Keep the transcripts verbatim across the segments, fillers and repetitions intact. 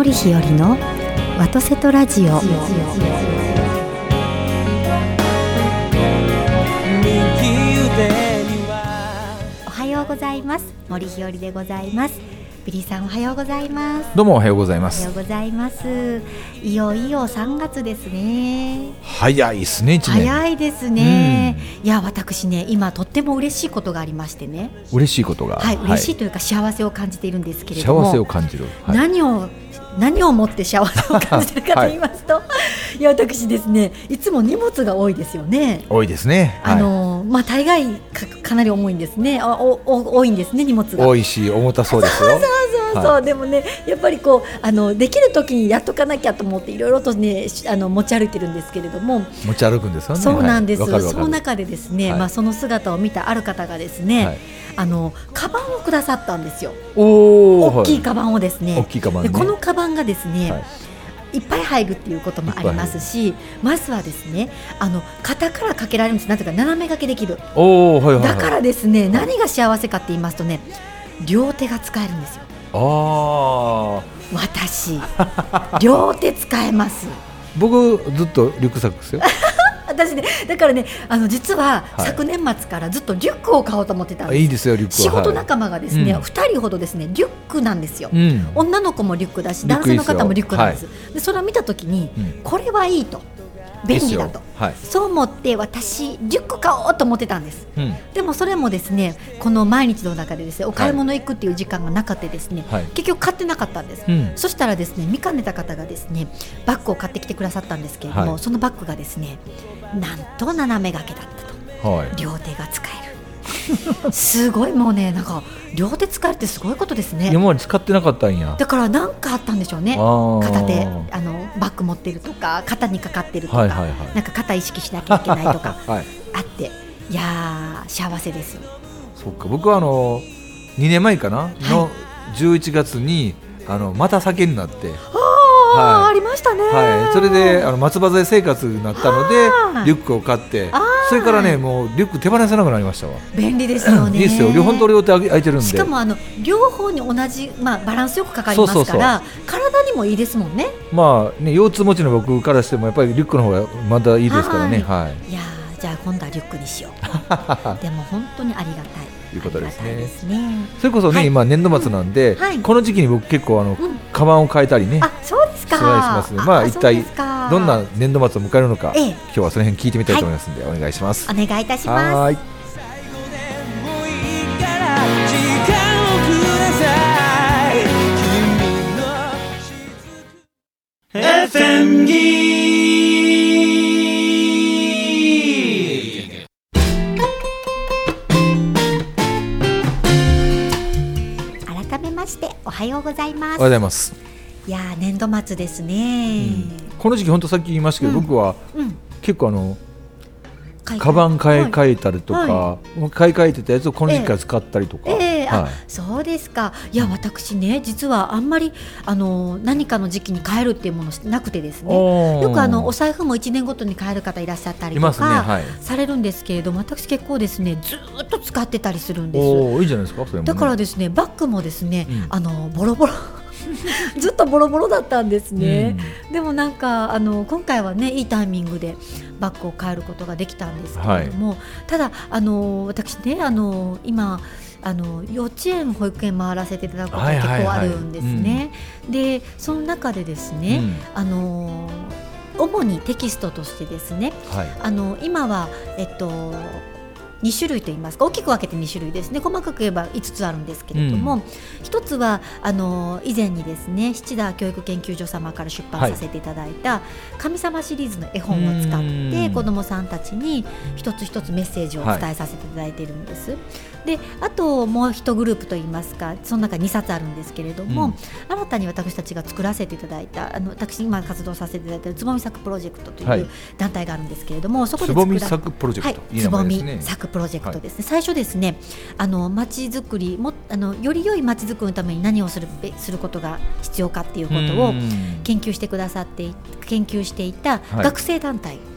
森日和のワトセトラジオ。おはようございます。森日和でございます。ビリーさんおはようございます。 どうもおはようございます。 おはようございます。いよいよさんがつですね。 早いですね。いちねん早いですね、うん、いや私ね今とっても嬉しいことがありましてね。嬉しいことがはい、嬉しいというか幸せを感じているんですけれども、 幸せを感じる、 はい、何を何をもって幸せを感じるかと言いますと、はい、いや私ですねいつも荷物が多いですよね。 多いですね、 あの、はい、まあ大概 か, かなり重いんですね。あおお多いんですね荷物が。 多いし重たそうですよ。 そうそうそうそう、はい、でもねやっぱりこうあのできる時にやっとかなきゃと思っていろいろとねあの持ち歩いてるんですけれども。 持ち歩くんですよね。 そうなんです、 はい、 その中でですね、はい、まあ、その姿を見たある方がですね、はい、あのカバンをくださったんですよ。 お大きいカバンをですね、 大きいカバンね。 でこのカバンがですね、はい、いっぱい入るっていうこともありますし、まずはですねあの肩からかけられるんです。なんていうか斜め掛けできる。 お、はいはいはい、 だからですね何が幸せかって言いますとね両手が使えるんですよ。 あ私両手使えます。 僕ずっとリュックサックですよ。 私ねだからねあの実は昨年末からずっとリュックを買おうと思ってたんです。 いいですよリュックは。 仕事仲間がですね、はい、 うん、 ふたりほどですねリュックなんですよ、うん、女の子もリュックだし男性の方もリュックなんです。でそれを見たときに、うん、これはいいと便利だと、はい、そう思って私リュック買おうと思ってたんです、うん、でもそれもですねこの毎日の中でですねお買い物行くっていう時間がなかったですね、はい、結局買ってなかったんです、うん、そしたらですね見かねた方がですねバッグを買ってきてくださったんですけれども、はい、そのバッグがですねなんと斜め掛けだったと、はい、両手が使えるすごいもうねなんか両手使えるってすごいことですね。 今まで使ってなかったんや。 だから何かあったんでしょうね。片手あのバッグ持ってるとか肩にかかってるとか、はいはいはい、なんか肩意識しなきゃいけないとかあって、はい、いや幸せですよ。 そうか僕はあのにねんまえかな、はい、のじゅういちがつにあのまた酒になってあ、はい、ありましたね、 はい、それであの松葉杖生活になったのでリュックを買ってそれからねもうリュック手放せなくなりましたわ。 便利ですよね。 いいですよ両方と両手空いてるんで。 しかもあの両方に同じ、まあ、バランスよくかかりますからそうそうそう体にもいいですもんね。 まあね腰痛持ちの僕からしてもやっぱりリュックの方がまだいいですからね。はい、はい、 いやじゃあ今度はリュックにしよう。でも本当にありがたいということですね。 ですねそれこそね、はい、今年度末なんで、うんはい、この時期に僕結構あの、うん、カバンを変えたりね。 あそうですか。 します。まあ一体どんな年度末を迎えるのか、ええ、今日はその辺聞いてみたいと思いますので、はい、お願いします。 お願いいたします。はいエフエム ギー改めましておはようございます。 おはようございます。 いや年度末ですね、うん、 この時期本当さっき言いましたけど、うん、僕は、うん、結構あのカバン買い替えたりとか、はい、買い替えてたやつをこの時期から使ったりとか、 えーえーはい、あそうですか。いや私ね実はあんまりあの何かの時期に変えるっていうものなくてですねよくあのお財布もいちねんごとに変える方いらっしゃったりとか、ねはい、されるんですけれども私結構ですねずっと使ってたりするんです。 おいいじゃないですかそれも、ね、 だからですねバッグもですね、うん、あのボロボロずっとボロボロだったんですね、うん、でもなんかあの今回はねいいタイミングでバッグを変えることができたんですけれども、はい、ただあの私ねあの今あの幼稚園保育園回らせていただくことが結構あるんですね、はいはいはいうん、でその中でですね、うん、あの主にテキストとしてですね、はい、あの今はえっとに種類といいますか大きく分けてに種類ですね。細かく言えばいつつあるんですけれども、うん、ひとつはあの以前にですね七田教育研究所様から出版させていただいた、はい、神様シリーズの絵本を使って子どもさんたちに一つ一つメッセージを伝えさせていただいているんです、はいであともう一グループといいますかその中にさつあるんですけれども、うん、新たに私たちが作らせていただいたあの私今活動させていただいているつぼみ作プロジェクトという団体があるんですけれども、はい、そこでつぼみ作プロジェクト、はい、いい名前ですね。つぼみ作プロジェクトですね、はい、最初ですねあの街づくりもあのより良い街づくりのために何をするすることが必要かっていうことを研究してくださって研究していた学生団体だったんです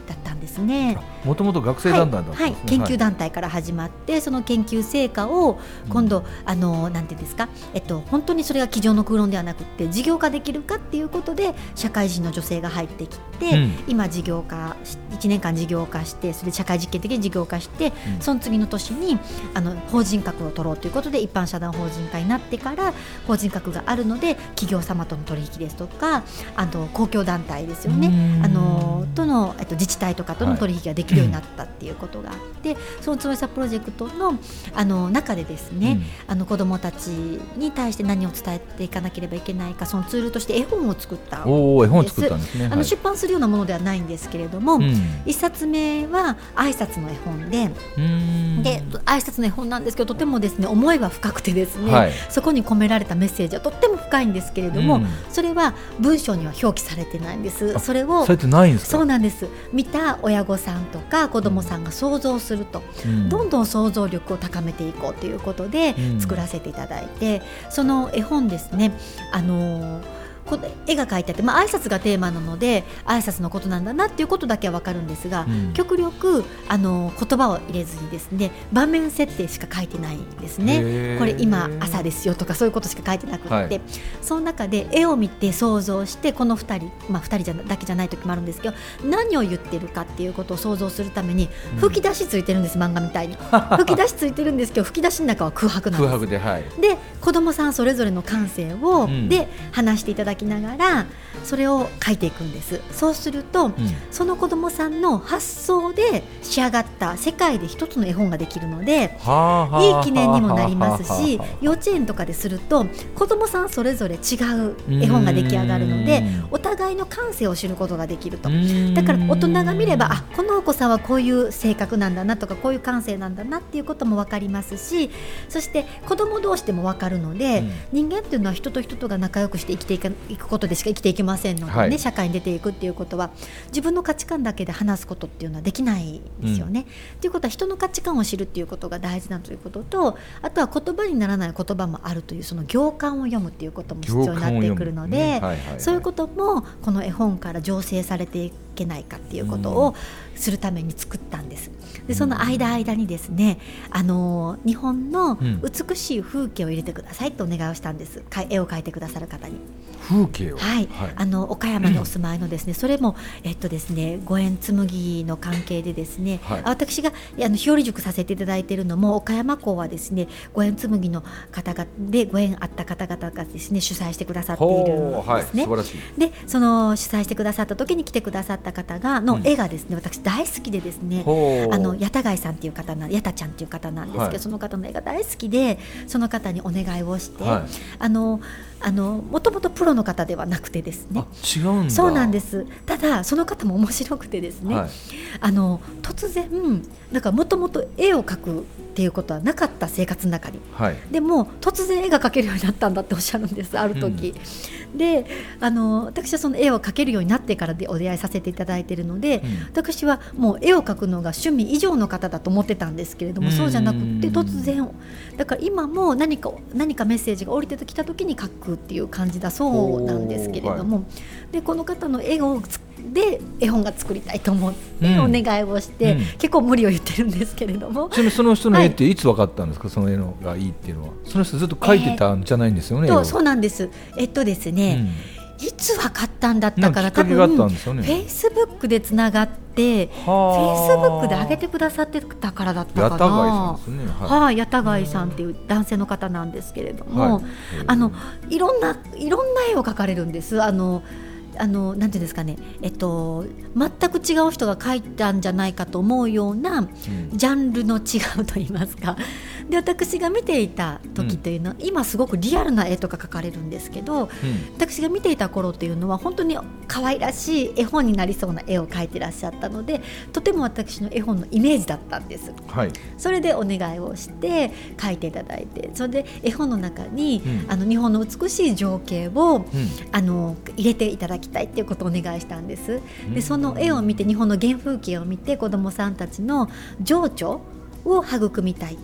ですね。 もともと学生団体だったんですね、 はいはい、研究団体から始まって、はい、その研究成果を今度、うん、あのなんていうんですか、えっと、本当にそれが机上の空論ではなくて事業化できるかっていうことで社会人の女性が入ってきて、うん、今事業化いちねんかん事業化して、それで社会実験的に事業化して、うん、その次の年にあの法人格を取ろうということで一般社団法人化になってから法人格があるので企業様との取引ですとか、あの公共団体ですよね、あのとの、えっと、自治体とかとの取引ができるようになったっていうことがあって、はい、そのつろさプロジェクト の, あの中でですね、うん、あの子どもたちに対して何を伝えていかなければいけないか、そのツールとして絵本を作ったんです。 おー、絵本を作ったんですね。 あの出版するようなものではないんですけれども、うん、いっさつめは挨拶の絵本 で, で挨拶の絵本なんですけど、とてもですね思いは深くてですね、はい、そこに込められたメッセージはとっても深いんですけれども、うん、それは文章には表記されてないんです。それをされてないんですか？ そうなんです。見た親御さんとか子どもさんが想像すると、うん、どんどん想像力を高めていこうということで作らせていただいて、うん、その絵本ですね、あのーこ絵が描いてあって、まあ、挨拶がテーマなので挨拶のことなんだなっていうことだけは分かるんですが、うん、極力あの言葉を入れずにですね場面設定しか書いてないんですね。これ今朝ですよとかそういうことしか書いてなくって、はい、その中で絵を見て想像して、このふたり、まあ、ふたりじゃだけじゃない時もあるんですけど、何を言ってるかっていうことを想像するために吹き出しついてるんです、うん、漫画みたいに吹き出しついてるんですけど吹き出しの中は空白なんです。 空白で、はい、 で子どもさんそれぞれの感性を、うん、で話していただきながらそれを書いていくんです。そうすると、うん、その子どもさんの発想で仕上がった世界で一つの絵本ができるので、いい記念にもなりますし、幼稚園とかですると子どもさんそれぞれ違う絵本が出来上がるので、お互いの感性を知ることができると。だから大人が見れば、あ、このお子さんはこういう性格なんだなとかこういう感性なんだなっていうことも分かりますし、そして子ども同士でも分かるので、うん、人間っていうのは人と人とが仲良くして生きていくことでしか生きていけませんので、ね、はい、社会に出ていくっていうことは自分の価値観だけで話すことっていうのはできないですよね、うん、ということは人の価値観を知るっていうことが大事だということと、あとは言葉にならない言葉もあるというその行間を読むっていうことも必要になってくるので、ね、はいはいはい、そういうこともこの絵本から醸成されていけないかっていうことをするために作ったんです。でその間間にですね、あの日本の美しい風景を入れてくださいとお願いをしたんです。絵を描いてくださる方に。 風景を、 はいはい、あの岡山にお住まいのですね、それも、えっとですね、ご縁紬の関係でですね、はい、私があの日和塾させていただいているのも岡山校はですね、ご縁紬の方々でご縁あった方々がですね主催してくださっているんですね、はい、素晴らしい。でその主催してくださった時に来てくださった方がの絵がですね、うん、私大好きでですね、あの矢田貝さんっていう方な矢田ちゃんっていう方なんですけど、はい、その方の絵が大好きでその方にお願いをして、はい、あのあのもともとプロの方ではなくてですね、 あ、違うんだ。 そうなんです。ただその方も面白くてですね、はい、あの突然なんかもともと絵を描くっていうことはなかった生活の中に、はい、でも突然絵が描けるようになったんだっておっしゃるんですある時、うん、であの私はその絵を描けるようになってからでお出会いさせていただいているので、うん、私はもう絵を描くのが趣味以上の方だと思ってたんですけれども、そうじゃなくて突然だから今も何か何かメッセージが降りてきた時に描くっていう感じだそうなんですけれども、はい、でこの方の絵をで絵本が作りたいと思ってお願いをして、うんうん、結構無理を言ってるんですけれども、 ちなみにその人の絵っていつ分かったんですか、はい、その絵のがいいっていうのは。その人ずっと描いてたんじゃないんですよね、えー、 そうなんです。えっとですね、うん、いつ分かったんだったから多分フェイスブックでつながってフェイスブックで上げてくださってたからだったかな。 矢田貝さんですね、 はいはい、矢田貝さんっていう男性の方なんですけれども、はい、あのいろんないろんな絵を描かれるんです。あのあのなんていうんですかね、えっと、全く違う人が描いたんじゃないかと思うようなジャンルの違うといいますか、うん、で私が見ていた時というのは、うん、今すごくリアルな絵とか描かれるんですけど、うん、私が見ていた頃というのは本当に可愛らしい絵本になりそうな絵を描いてらっしゃったので、とても私の絵本のイメージだったんです、はい、それでお願いをして描いていただいて、それで絵本の中に、うん、あの日本の美しい情景を、うん、あの入れていただきたいっていうことをお願いしたんです。でその絵を見て、日本の原風景を見て子どもさんたちの情緒を育みたいと。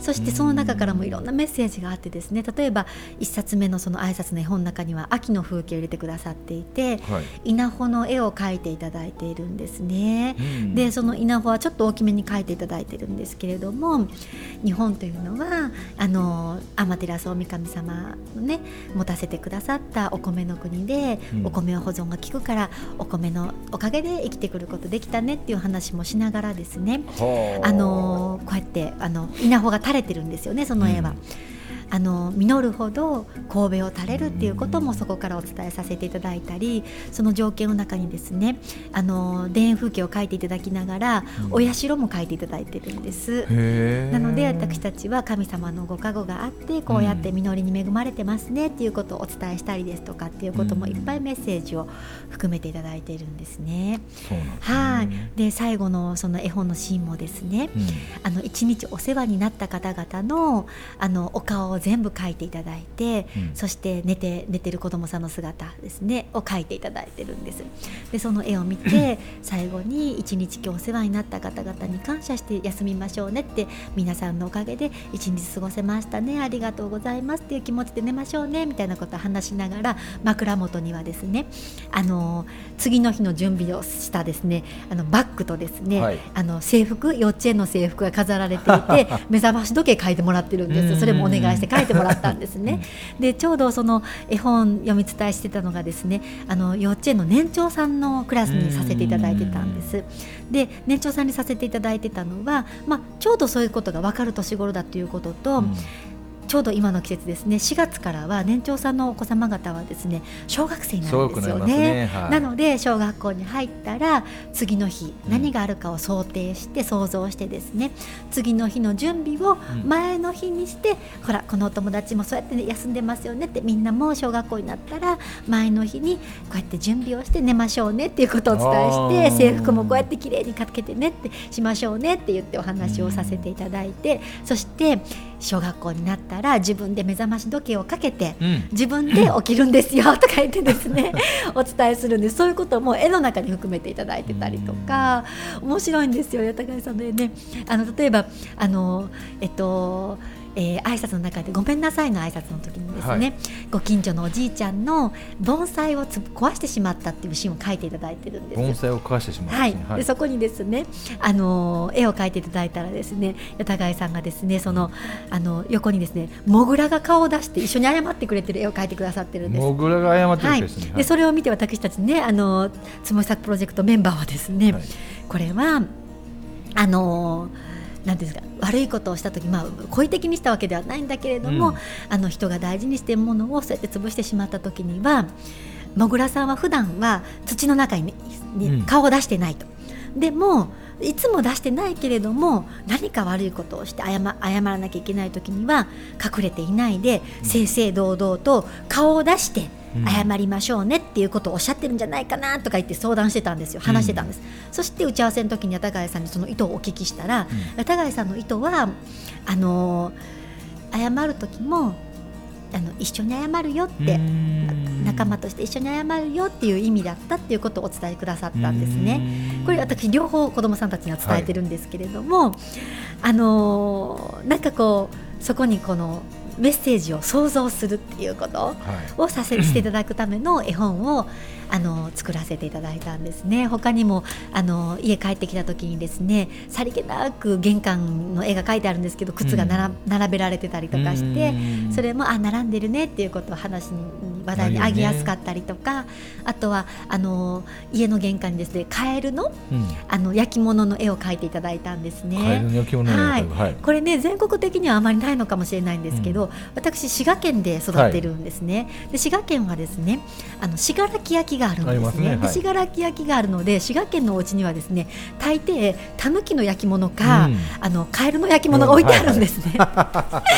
そしてその中からもいろんなメッセージがあってですね、例えばいっさつめのその挨拶の絵本の中には秋の風景を入れてくださっていて、はい、稲穂の絵を描いていただいているんですね。でその稲穂はちょっと大きめに描いていただいているんですけれども、日本というのはあの天照大神様のね持たせてくださったお米の国で、うん、お米は保存が効くからお米のおかげで生きてくることできたねっていう話もしながらですね、あのこうやってあの稲穂が垂れてるんですよね、その絵は、うん、あの実るほど神戸を垂れるっていうこともそこからお伝えさせていただいたり、その条件の中にですねあの田園風景を描いていただきながら、うん、お社も描いていただいてるんです。なので私たちは神様のご加護があってこうやって実りに恵まれてますねっていうことをお伝えしたりですとかっていうこともいっぱいメッセージを含めていただいているんですね。 そうなんですね。 はい。で最後のその絵本のシーンもですね、うん、あの一日お世話になった方々のあのお顔を全部描いていただいて、うん、そして寝て寝てる子どもさんの姿ですねを描いていただいてるんです。でその絵を見て最後に一日今日お世話になった方々に感謝して休みましょうねって、皆さんのおかげで一日過ごせましたね、ありがとうございますっていう気持ちで寝ましょうねみたいなことを話しながら、枕元にはですねあの次の日の準備をしたですねあのバッグとですね、はい、あの制服幼稚園の制服が飾られていて目覚まし時計書いてもらってるんです。それもお願いして書いてもらったんですね。でちょうどその絵本読み伝えしてたのがですねあの幼稚園の年長さんのクラスにさせていただいてたんです。で年長さんにさせていただいてたのは、まあ、ちょうどそういうことが分かる年頃だということと、うんちょうど今の季節ですね、しがつからは年長さんのお子様方はですね小学生になるんですよ ね, ね、はい、なので小学校に入ったら次の日何があるかを想定して想像してですね、うん、次の日の準備を前の日にして、うん、ほらこのお友達もそうやって、ね、休んでますよねって、みんなも小学校になったら前の日にこうやって準備をして寝ましょうねっていうことをお伝えして、制服もこうやってきれいにかけてねってしましょうねって言ってお話をさせていただいて、うん、そして小学校になったら自分で目覚まし時計をかけて、うん、自分で起きるんですよとか言ってですねお伝えするんです。そういうことも絵の中に含めていただいてたりとか、面白いんですよ八高さんの絵ね。あの例えばあのえっとえー、挨拶の中でごめんなさいの挨拶の時にですね、はい、ご近所のおじいちゃんの盆栽をつ壊してしまったっていうシーンを描いていただいてるんです。 盆栽を壊してしまった、 はいはい、でそこにですねあの絵を描いていただいたらですね八高さんがですねそのあの横にですねモグラが顔を出して一緒に謝ってくれてる絵を描いてくださってるんです。 モグラが謝ってるんですね、 はい、でそれを見て私たちねあのつもり作プロジェクトメンバーはですね、はい、これはあのなんていうんですか、悪いことをしたとき、まあ、故意的にしたわけではないんだけれども、うん、あの人が大事にしているものをそうやって潰してしまったときには、もぐらさんは普段は土の中に、に顔を出してないと、うん、でもいつも出してないけれども何か悪いことをして謝、謝らなきゃいけないときには隠れていないで、うん、正々堂々と顔を出して謝りましょうねっていうことをおっしゃってるんじゃないかなとか言って相談してたんですよ、話してたんです、うん、そして打ち合わせの時に八高さんにその意図をお聞きしたら、うん、八高さんの意図はあの謝る時もあの一緒に謝るよって、仲間として一緒に謝るよっていう意味だったっていうことをお伝えくださったんですね。これ私両方子どもさんたちには伝えてるんですけれども、はい、あのなんかこうそこにこのメッセージを想像するっていうことをさせていただくための絵本をあの作らせていただいたんですね。他にもあの家帰ってきた時にですねさりげなく玄関の絵が描いてあるんですけど靴がなら、うん、並べられてたりとかして、それもあ並んでるねっていうことを話に話題に上げやすかったりとか、あとはあの家の玄関にですねカエルの、うん、あの焼き物の絵を描いていただいたんですね。 カエルの焼き物の絵、 はいはい、これね全国的にはあまりないのかもしれないんですけど、うん、私滋賀県で育ってるんですね、はい、で滋賀県はですねあの信楽焼があるんですね。で信楽焼があるので滋賀県のお家にはですね大抵タヌキの焼き物か、うん、あのカエルの焼き物が置いてあるんですね、うんはいはい、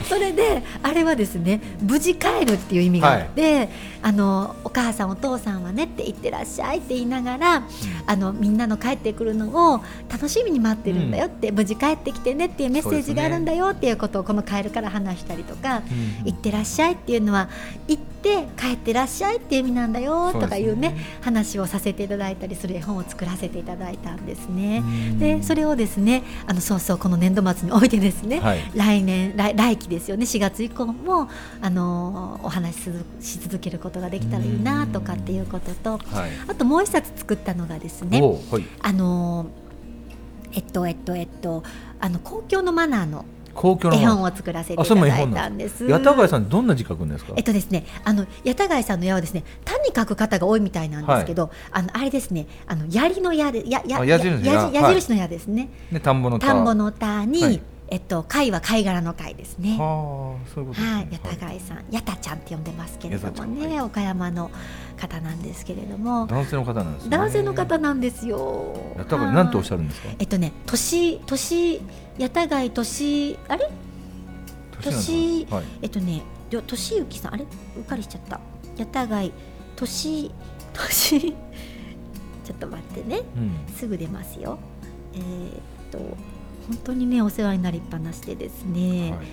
それであれはですね無事帰るっていう意味があって、はい、あのお母さんお父さんはねって言ってらっしゃいって言いながら、うん、あのみんなの帰ってくるのを楽しみに待ってるんだよって、うん、無事帰ってきてねっていうメッセージがあるんだよっていうことをこの帰るから話したりとか、うん、行ってらっしゃいっていうのは行って帰ってらっしゃいっていう意味なんだよとかいうね、ね話をさせていただいたりする絵本を作らせていただいたんですね。でそれをですねあのそうそうこの年度末においてですね、はい、来年 来, 来期ですよねしがつ以降もあのお話しし続けることができたらいいなとかっていうことと、はい、あともう一冊作ったのがですね、はい、あのえっとえっとえっとあの公共のマナーの絵本を作らせていただいたんです。 八田貝さんどんな字書くんですか？ えっとですねあの八田貝さんの矢はですね単に書く方が多いみたいなんですけど、はい、あのあれですねあの槍の矢でやや矢印の矢ですね。 ね田んぼの田田んぼの田に、はい、えっと貝は貝殻の貝ですね。 はあそういうことですね。 はい八田貝さん八田ちゃんって呼んでますけれどもね、はい、岡山の方なんですけれども男性の方なんですね。 男性の方なんですよ。 八田貝何とおっしゃるんですか？ えっとね年年八田貝年あれ年、はい、えっとね年幸さんあれうっかりしちゃった八田貝年年ちょっと待ってね、うん、すぐ出ますよ。えー、っと本当にねお世話になりっぱなしでですね、はい、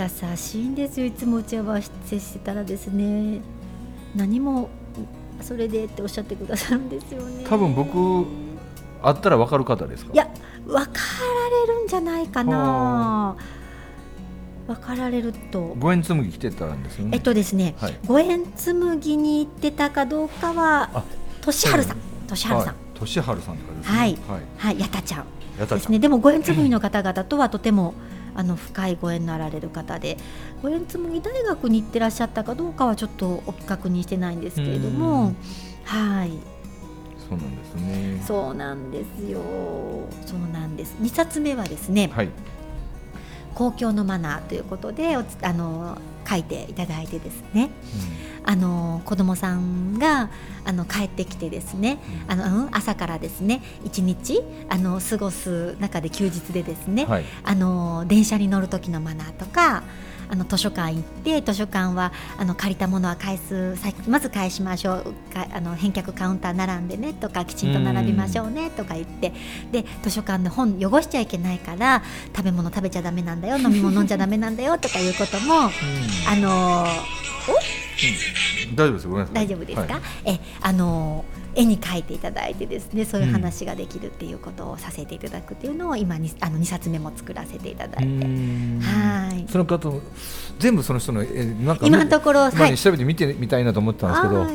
優しいんですよ。いつも打ち合わせしてたらですね何もそれでっておっしゃってくださるんですよね。 多分僕会ったら分かる方ですか？ いや分かられるんじゃないかな。分かられると五円紬来てたんですよね。 えっとですね、はい、五円紬に行ってたかどうかは俊春さん俊春さん俊春さんとかですね。 はいはいやたちゃんですね。でも五円紬の方々とはとてもあの深いご縁のあられる方で五円紬大学に行ってらっしゃったかどうかはちょっとお確認してないんですけれども、はいそうなんですね。 そうなんですよ。そうなんです。にさつめはですね、はい、公共のマナーということであの書いていただいてですね、うん、あの子どもさんがあの帰ってきてですね、うん、あの朝からですね一日あの過ごす中で休日でですね、はい、あの電車に乗る時のマナーとかあの図書館行って図書館はあの借りたものは返すまず返しましょうかあの返却カウンター並んでねとかきちんと並びましょうねとか言ってで図書館で本汚しちゃいけないから食べ物食べちゃダメなんだよ飲み物飲んじゃダメなんだよとかいうこともあのお、 うん、大丈夫ですごめんなさい大丈夫ですか、はい、えあの絵に描いていただいてですねそういう話ができるっていうことをさせていただくっていうのを今にあのにさつめも作らせていただいてはいその方全部その人の絵なんか今のところ前に調べて見てみたいなと思ったんですけど、はい 、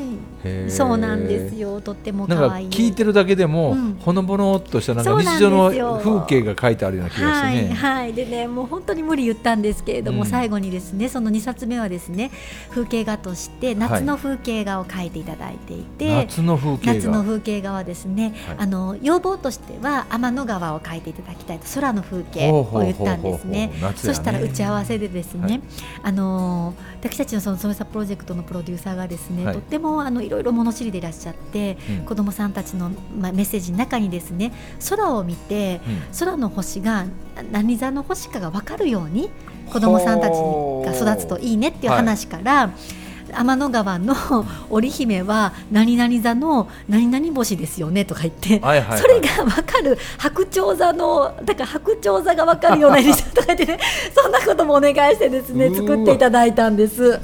そうなんですよとっても可愛いなんか聞いてるだけでも、うん、ほのぼのっとしたなんか日常の風景が書いてあるような気がしてね、 はいはい、でねもう本当に無理言ったんですけれども、うん、最後にですねそのにさつめはですね風景画として夏の風景画を描いていただいていて、はい、 夏の風景夏の風景画はですね、はい、あの要望としては天の川を描いていただきたいと空の風景を言ったんですね。そしたら打ち合わせでですね、はい、あの私たちのそのそめさプロジェクトのプロデューサーがですね、はい、とってもあのいろいろ物知りでいらっしゃって、うん、子どもさんたちの、まあ、メッセージの中にですね空を見て、うん、空の星が何座の星かが分かるように子どもさんたちが育つといいねっていう話から、はい天の川の織姫は何々座の何々星ですよねとか言って、はいはいはい、それが分かる白鳥座のだから白鳥座が分かるようなリストとか言ってねそんなこともお願いしてですね作っていただいたんです、はい、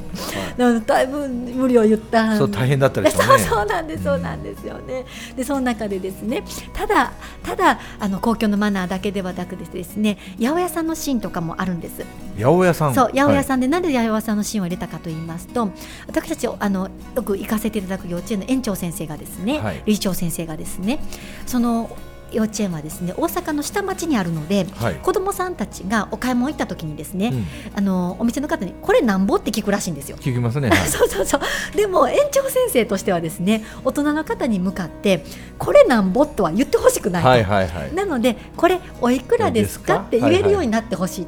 だいぶ無理を言ったそう大変だったでしょうね。 そうそうなんですそうなんですよね。でその中でですねただただあの公共のマナーだけではなくですね八百屋さんのシーンとかもあるんです。 八百屋さんそう八百屋さんで、はい、なんで八百屋さんのシーンを入れたかと言いますと私たちあのよく行かせていただく幼稚園の園長先生がですね、はい、理事長先生がですねその幼稚園はですね大阪の下町にあるので、はい、子どもさんたちがお買い物行った時にですね、うん、あのお店の方にこれなんぼって聞くらしいんですよ。 聞きますね、はい、 そうそうそうでも園長先生としてはですね大人の方に向かってこれなんぼとは言ってほしくないと、はいはいはい、なのでこれおいくらですかって言えるようになってほしいと、はいはい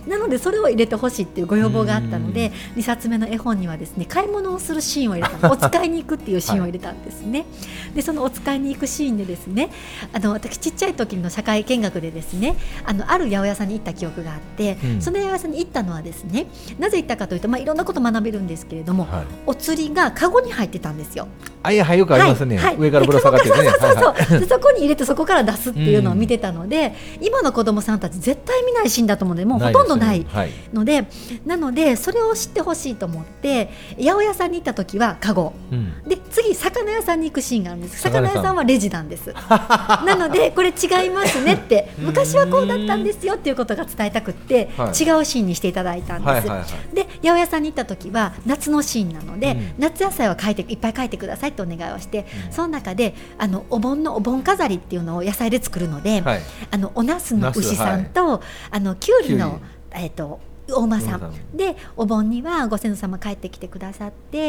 なのでそれを入れてほしいっていうご要望があったので、にさつめの絵本にはですね、買い物をするシーンを入れたお使いに行くっていうシーンを入れたんですね、はい、でそのお使いに行くシーンでですね、あの私ちっちゃい時の社会見学でですね、あのある八百屋さんに行った記憶があって、うん、その八百屋さんに行ったのはですね、なぜ行ったかというと、まあ、いろんなこと学べるんですけれども、はい、お釣りがカゴに入ってたんですよ。 あ、いや、はい、よくありますね、はい、上からぶら下がってね、 そこに入れてそこから出すっていうのを見てたので、うん、今の子どもさんたち絶対見ないシーンだと思うので、もうほとんどないの で, な, で、はい、なのでそれを知ってほしいと思って八百屋さんに行った時はカゴ、うん、で次魚屋さんに行くシーンがあるんです。魚屋さんはレジなんですなのでこれ違いますねって昔はこうだったんですよっていうことが伝えたくって、はい、違うシーンにしていただいたんです、はいはいはい、で八百屋さんに行った時は夏のシーンなので、うん、夏野菜は書いていっぱい書いてくださいってお願いをして、うん、その中であのお盆のお盆飾りっていうのを野菜で作るので、はい、あのお茄子の牛さんと、はい、あのきゅうりのえーと大間さんで、お盆にはご先祖様帰ってきてくださって、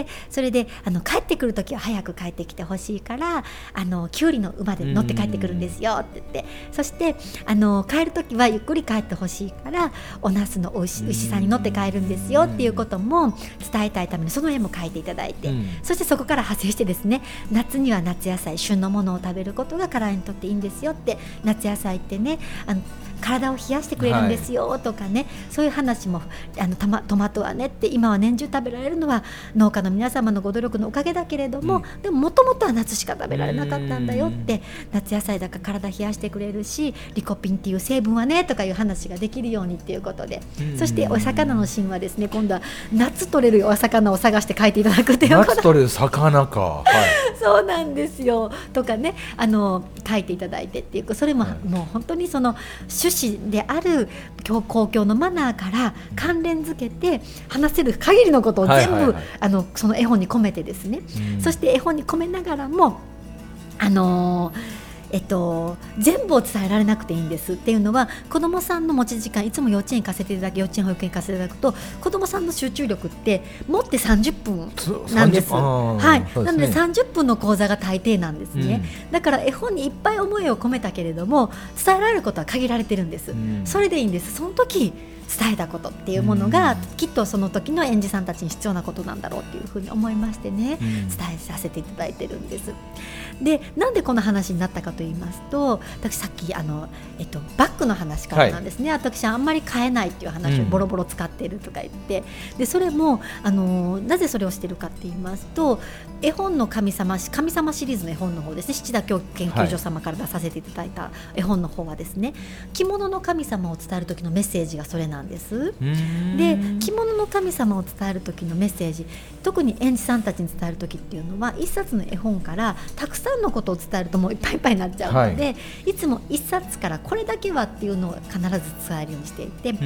それであの帰ってくるときは早く帰ってきてほしいから、あのきゅうりの馬で乗って帰ってくるんですよって言って、そしてあの帰るときはゆっくり帰ってほしいからお茄子のお牛、牛さんに乗って帰るんですよっていうことも伝えたいためにその絵も描いていただいて、そしてそこから派生してですね、夏には夏野菜、旬のものを食べることが体にとっていいんですよって、夏野菜ってね、あの体を冷やしてくれるんですよとかね、はい、そういう話もあのトマ、トマトはねって今は年中食べられるのは農家の皆様のご努力のおかげだけれども、うん、でももともとは夏しか食べられなかったんだよって、夏野菜だから体冷やしてくれるしリコピンっていう成分はねとかいう話ができるようにっていうことで、そしてお魚のシーンはですね、今度は夏取れるお魚を探して書いていただくっていうこと、 夏取れる魚か、はい、 そうなんですよとかね、あの書いていただいてっていう、それも、はい、もう本当にその趣旨である公共のマナーから関連づけて話せる限りのことを全部、はいはいはい、あのその絵本に込めてですね、うん、そして絵本に込めながらもあのーえっと、全部を伝えられなくていいんですっていうのは、子どもさんの持ち時間、いつも幼稚園行かせていただき、幼稚園保育園行かせていただくと、子どもさんの集中力って持ってさんじゅっぷんなんです。はい、ですね、なのでさんじゅっぷんの講座が大抵なんですね、うん、だから絵本にいっぱい思いを込めたけれども伝えられることは限られてるんです、うん、それでいいんです。その時伝えたことっていうものが、うん、きっとその時の園児さんたちに必要なことなんだろうっていうふうに思いましてね、うん、伝えさせていただいてるんです。で、なんでこの話になったかと言いますと、私さっきあの、えっと、バッグの話からなんですね、はい、私あんまり買えないっていう話をボロボロ使ってるとか言って、うん、でそれもあのなぜそれをしてるかって言いますと、絵本の神様神様シリーズの絵本の方ですね、七田教研究所様から出させていただいた絵本の方はですね、着物の神様を伝える時のメッセージがそれなんです。で、着物の神様を伝える時のメッセージ、特に園児さんたちに伝える時っていうのは、一冊の絵本からたくさんのことを伝えるともういっぱいいっぱいになっちゃうので、はい、いつも一冊からこれだけはっていうのを必ず伝えるようにしていて、うん、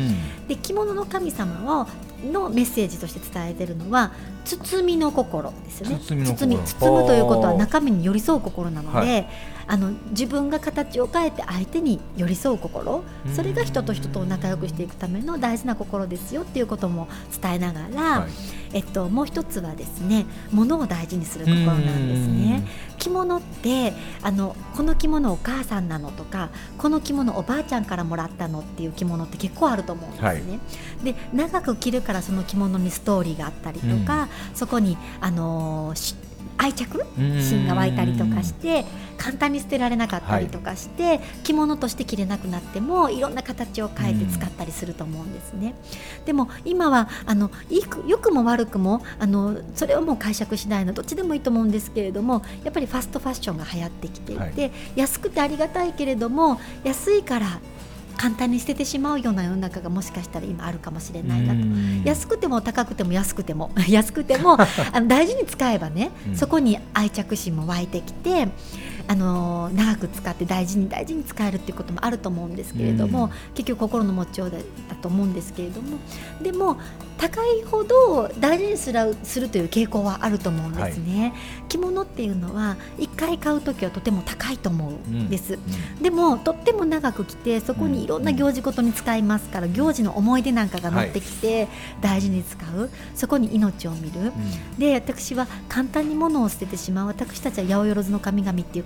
で着物の神様をのメッセージとして伝えているのは包みの心ですよね。包みの心、包み、包むということは中身に寄り添う心なので、はい、あの自分が形を変えて相手に寄り添う心、それが人と人と仲良くしていくための大事な心ですよっていうことも伝えながら、はい、えっと、もう一つはですね、物を大事にする心なんですね。着物ってあのこの着物お母さんなのとか、この着物おばあちゃんからもらったのっていう着物って結構あると思うんですね、はい、で長く着るからその着物にストーリーがあったりとか、うん、そこにあのー愛着心が湧いたりとかして簡単に捨てられなかったりとかして、はい、着物として着れなくなってもいろんな形を変えて使ったりすると思うんですね。でも今はあの良くも悪くもあのそれをもう解釈しないのどっちでもいいと思うんですけれども、やっぱりファストファッションが流行ってきていて、はい、安くてありがたいけれども安いから簡単に捨ててしまうような世の中がもしかしたら今あるかもしれないなと。安くても高くても安くても安くてもあの大事に使えばね、うん、そこに愛着心も湧いてきて、あのー、長く使って大事に大事に使えるっていうこともあると思うんですけれども、結局心の持ちようだと思うんですけれども、でも高いほど大事にする、するという傾向はあると思うんですね、はい、着物っていうのはいっかい買うときはとても高いと思うんです、うんうん、でもとっても長く着てそこにいろんな行事ごとに使いますから、行事の思い出なんかが乗ってきて大事に使う、そこに命を見る、うん、で私は簡単に物を捨ててしまう、私たちは八百万の神々っていう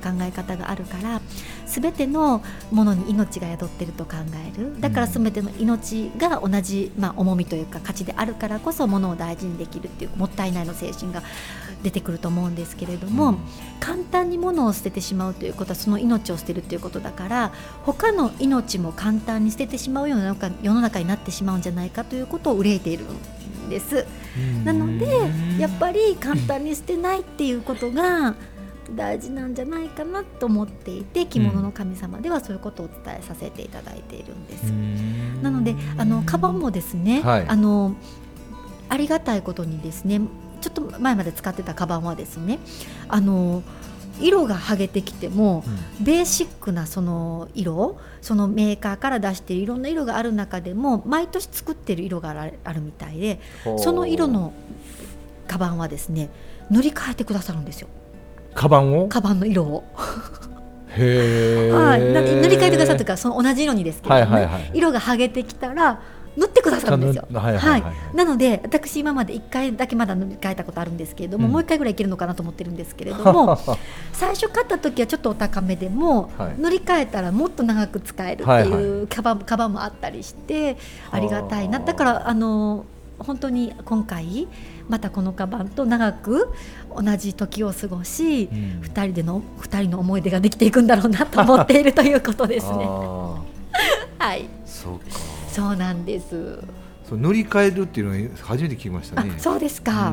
考え方があるから、全てのものに命が宿っていると考える。だから全ての命が同じ、まあ、重みというか価値であるからこそものを大事にできるっていうもったいないの精神が出てくると思うんですけれども、うん、簡単に物を捨ててしまうということはその命を捨てるということだから、他の命も簡単に捨ててしまうような世の中になってしまうんじゃないかということを憂いているんです。なのでやっぱり簡単に捨てないっていうことが大事なんじゃないかなと思っていて、着物の神様ではそういうことをお伝えさせていただいているんです。なのであのカバンもですね、はい、あのありがたいことにですね、ちょっと前まで使ってたカバンはですね、あの色が剥げてきても、うん、ベーシックなその色、そのメーカーから出しているいろんな色がある中でも毎年作っている色があるみたいで、その色のカバンはですね塗り替えてくださるんですよ。カバンをカバンの色をへー、はい、塗り替えてくださるというか、その同じ色にですけど、ね、はいはいはい、色が剥げてきたら塗ってくださるんですよ。はいはいはいはい、なので私今までいっかいだけまだ塗り替えたことあるんですけれども、うん、もういっかいぐらいいけるのかなと思ってるんですけれども最初買った時はちょっとお高めでも、はい、塗り替えたらもっと長く使えるっていうカバン、カバンもあったりしてありがたいな。だからあの本当に今回またこのカバンと長く同じ時を過ごし、うん、ふたりでのふたりの思い出ができていくんだろうなと思っているということですねはい、そうか、そうなんです。 そう塗り替えるっていうのは初めて聞きましたね。 あ、そうですか、うんうん、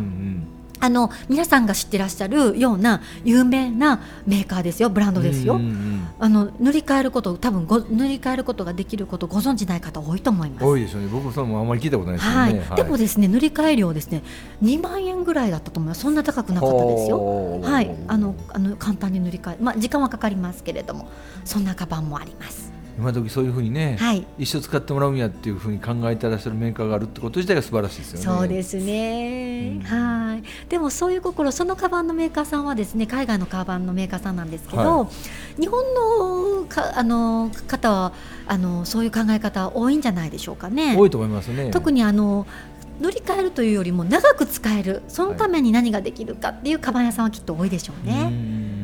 あの皆さんが知ってらっしゃるような有名なメーカーですよ、ブランドですよ、うんうんうん、あの塗り替えること多分ご塗り替えることができることご存じない方多いと思います。 多いですよね。僕もそれもあんまり聞いたことないですよね、 はいはい、でもですね塗り替え料ですねにまんえんぐらいだったと思います。そんな高くなかったですよ。はい、あのあの簡単に塗り替え、まあ、時間はかかりますけれどもそんなカバンもあります。 今時そういうふうにね、はい、一生使ってもらうんやっていうふうに考えてらっしゃるメーカーがあるってこと自体が素晴らしいですよね。 そうですね、うん、はい。でもそういう心、そのカバンのメーカーさんはですね海外のカバンのメーカーさんなんですけど、はい、日本のかあの方はあのそういう考え方多いんじゃないでしょうかね。 多いと思いますね。 特にあの塗り替えるというよりも長く使える、そのために何ができるかっていうカバン屋さんはきっと多いでしょうね。うん、はい、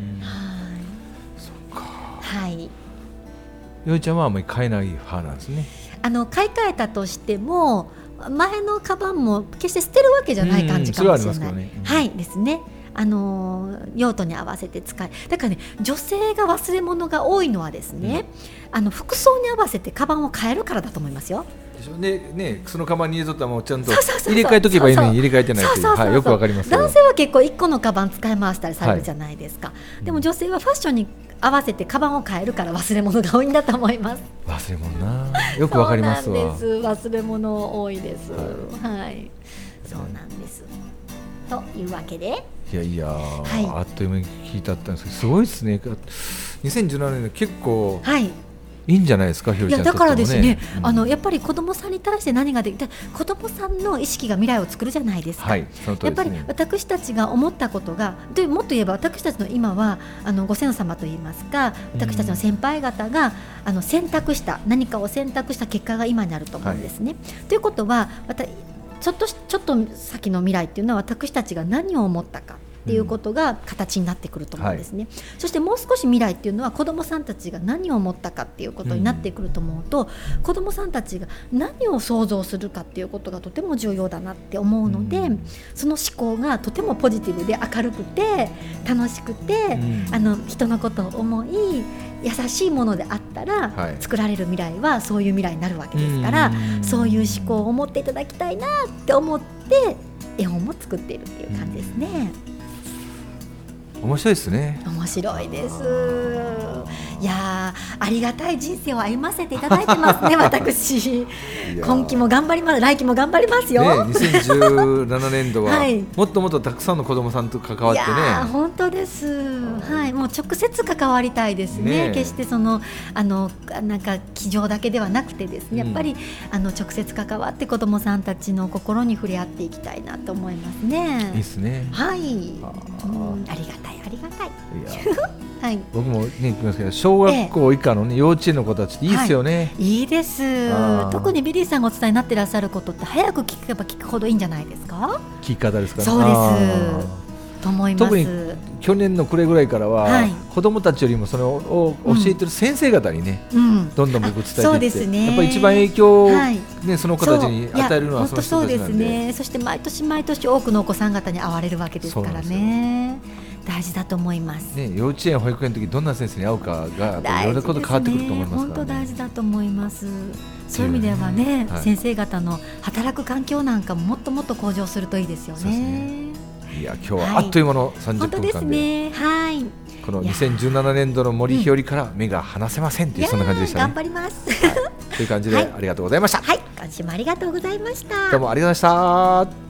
そうか、 はい。 よいちゃんはあんまり買えない派なんですね。 あの買い替えたとしても前のカバンも決して捨てるわけじゃない感じかもしれない、ね、うん、はいですね。あの用途に合わせて使い、だからね女性が忘れ物が多いのはですね、うん、あの服装に合わせてカバンを変えるからだと思いますよ。 ねね、そのカバンに入れとったらもうちゃんと入れ替えとけばいいのに入れ替えてないという、よくわかります。 男性は結構いっこのカバン使い回したりされるじゃないですか、はい、でも女性はファッションに合わせてカバンを変えるから忘れ物が多いんだと思います。 忘れ物な、よくわかりますわ。 そうなんです、忘れ物多いです、はい、はい、そうなんです。というわけでいやいや、はい、あっという間に聞いたったんですけどすごいですね。にせんじゅうななねん結構、はい、いいんじゃないですか、ひろりちゃん。 いやだからですね、うん、あのやっぱり子どもさんに対して何ができて、子どもさんの意識が未来を作るじゃないですか、はい、その通りですね。やっぱり私たちが思ったことが、でもっと言えば私たちの今はあのご先祖様といいますか、私たちの先輩方が、うん、あの選択した何かを選択した結果が今になると思うんですね、はい、ということはまたちょっとちょっと先の未来っていうのは私たちが何を思ったかっていうことが形になってくると思うんですね、うん、はい、そしてもう少し未来っていうのは子どもさんたちが何を思ったかっていうことになってくると思うと、うん、子どもさんたちが何を想像するかっていうことがとても重要だなって思うので、うん、その思考がとてもポジティブで明るくて楽しくて、うん、あの人のことを思い優しいものであったら、はい、作られる未来はそういう未来になるわけですから、うん、そういう思考を持っていただきたいなって思って絵本も作っているっていう感じですね、 うん、面白いですね。 面白いです。いやありがたい人生を歩ませていただいてますね私。今期も頑張ります、来期も頑張りますよ、 ね、にせんじゅうななねんどは、はい、もっともっとたくさんの子どもさんと関わってね。いや本当です、はい、もう直接関わりたいですね。ね、決してそのあのなんか机上だけではなくてですね、やっぱり、うん、あの直接関わって子どもさんたちの心に触れ合っていきたいなと思いますね。 いいですね。 はい、あ, うん、ありがたいありがたい。いやはい、 僕もね言いますけど小学校以下の、ね、幼稚園の子たちっていいですよね、 はい、いいです。特にビリーさんがお伝えになっていらっしゃることって早く聞けば聞くほどいいんじゃないですか。 聞き方ですかね。 そうです。 と思います。 特に去年の暮れぐらいからは、はい、子どもたちよりもそのを教えてる先生方にね、うん、どんどん僕伝えていって、そうですね、やっぱり一番影響を、ね、はい、その子たちに与えるのはその人たちなんで。 そうですね。そして毎年毎年多くのお子さん方に会われるわけですからね。大事だと思います、 ね、幼稚園保育園の時どんな先生に会うかがいろんなこと変わってくると思いますから、ね、 本当大事だと思います。そういう意味ではね、はい、先生方の働く環境なんかももっともっと向上するといいですよね。そうですね。 いや今日はあっという間のさんじゅっぷんかんで、はい、本当ですね、はい、このにせんじゅうななねんどの森日和から目が離せませんっていう、うん、そんな感じでしたね。 頑張ります、 はい、という感じでありがとうございました。 はい、今週もありがとうございました。 どうもありがとうございました。